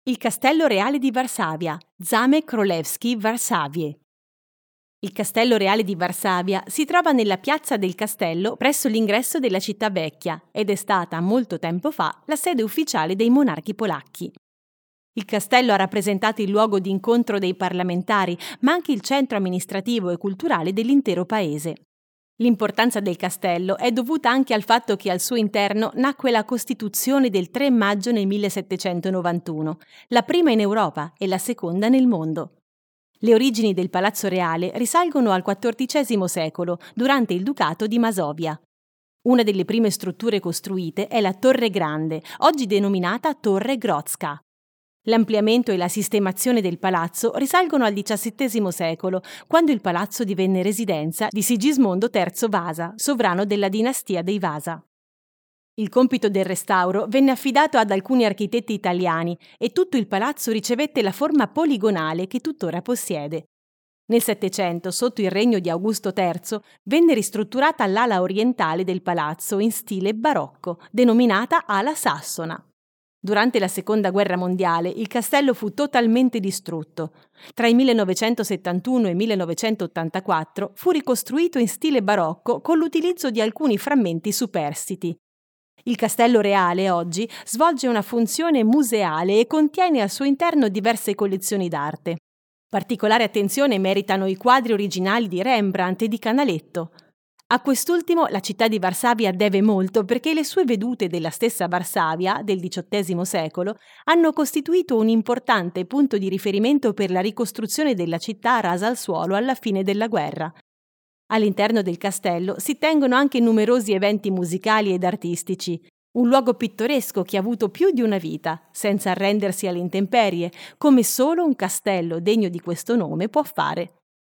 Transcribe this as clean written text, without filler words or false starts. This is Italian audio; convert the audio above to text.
Il Castello Reale di Varsavia, Zamek Królewski Warszawie. Il Castello Reale di Varsavia si trova nella piazza del castello presso l'ingresso della città vecchia ed è stata, molto tempo fa, la sede ufficiale dei monarchi polacchi. Il castello ha rappresentato il luogo di incontro dei parlamentari, ma anche il centro amministrativo e culturale dell'intero paese. L'importanza del castello è dovuta anche al fatto che al suo interno nacque la Costituzione del 3 maggio nel 1791, la prima in Europa e la seconda nel mondo. Le origini del Palazzo Reale risalgono al XIV secolo, durante il Ducato di Masovia. Una delle prime strutture costruite è la Torre Grande, oggi denominata Torre Grodzka. L'ampliamento e la sistemazione del palazzo risalgono al XVII secolo, quando il palazzo divenne residenza di Sigismondo III Vasa, sovrano della dinastia dei Vasa. Il compito del restauro venne affidato ad alcuni architetti italiani e tutto il palazzo ricevette la forma poligonale che tuttora possiede. Nel Settecento, sotto il regno di Augusto III, venne ristrutturata l'ala orientale del palazzo in stile barocco, denominata ala sassona. Durante la Seconda Guerra Mondiale il castello fu totalmente distrutto. Tra il 1971 e il 1984 fu ricostruito in stile barocco con l'utilizzo di alcuni frammenti superstiti. Il Castello Reale oggi svolge una funzione museale e contiene al suo interno diverse collezioni d'arte. Particolare attenzione meritano i quadri originali di Rembrandt e di Canaletto. A quest'ultimo la città di Varsavia deve molto perché le sue vedute della stessa Varsavia, del XVIII secolo, hanno costituito un importante punto di riferimento per la ricostruzione della città rasa al suolo alla fine della guerra. All'interno del castello si tengono anche numerosi eventi musicali ed artistici, un luogo pittoresco che ha avuto più di una vita, senza arrendersi alle intemperie, come solo un castello degno di questo nome può fare.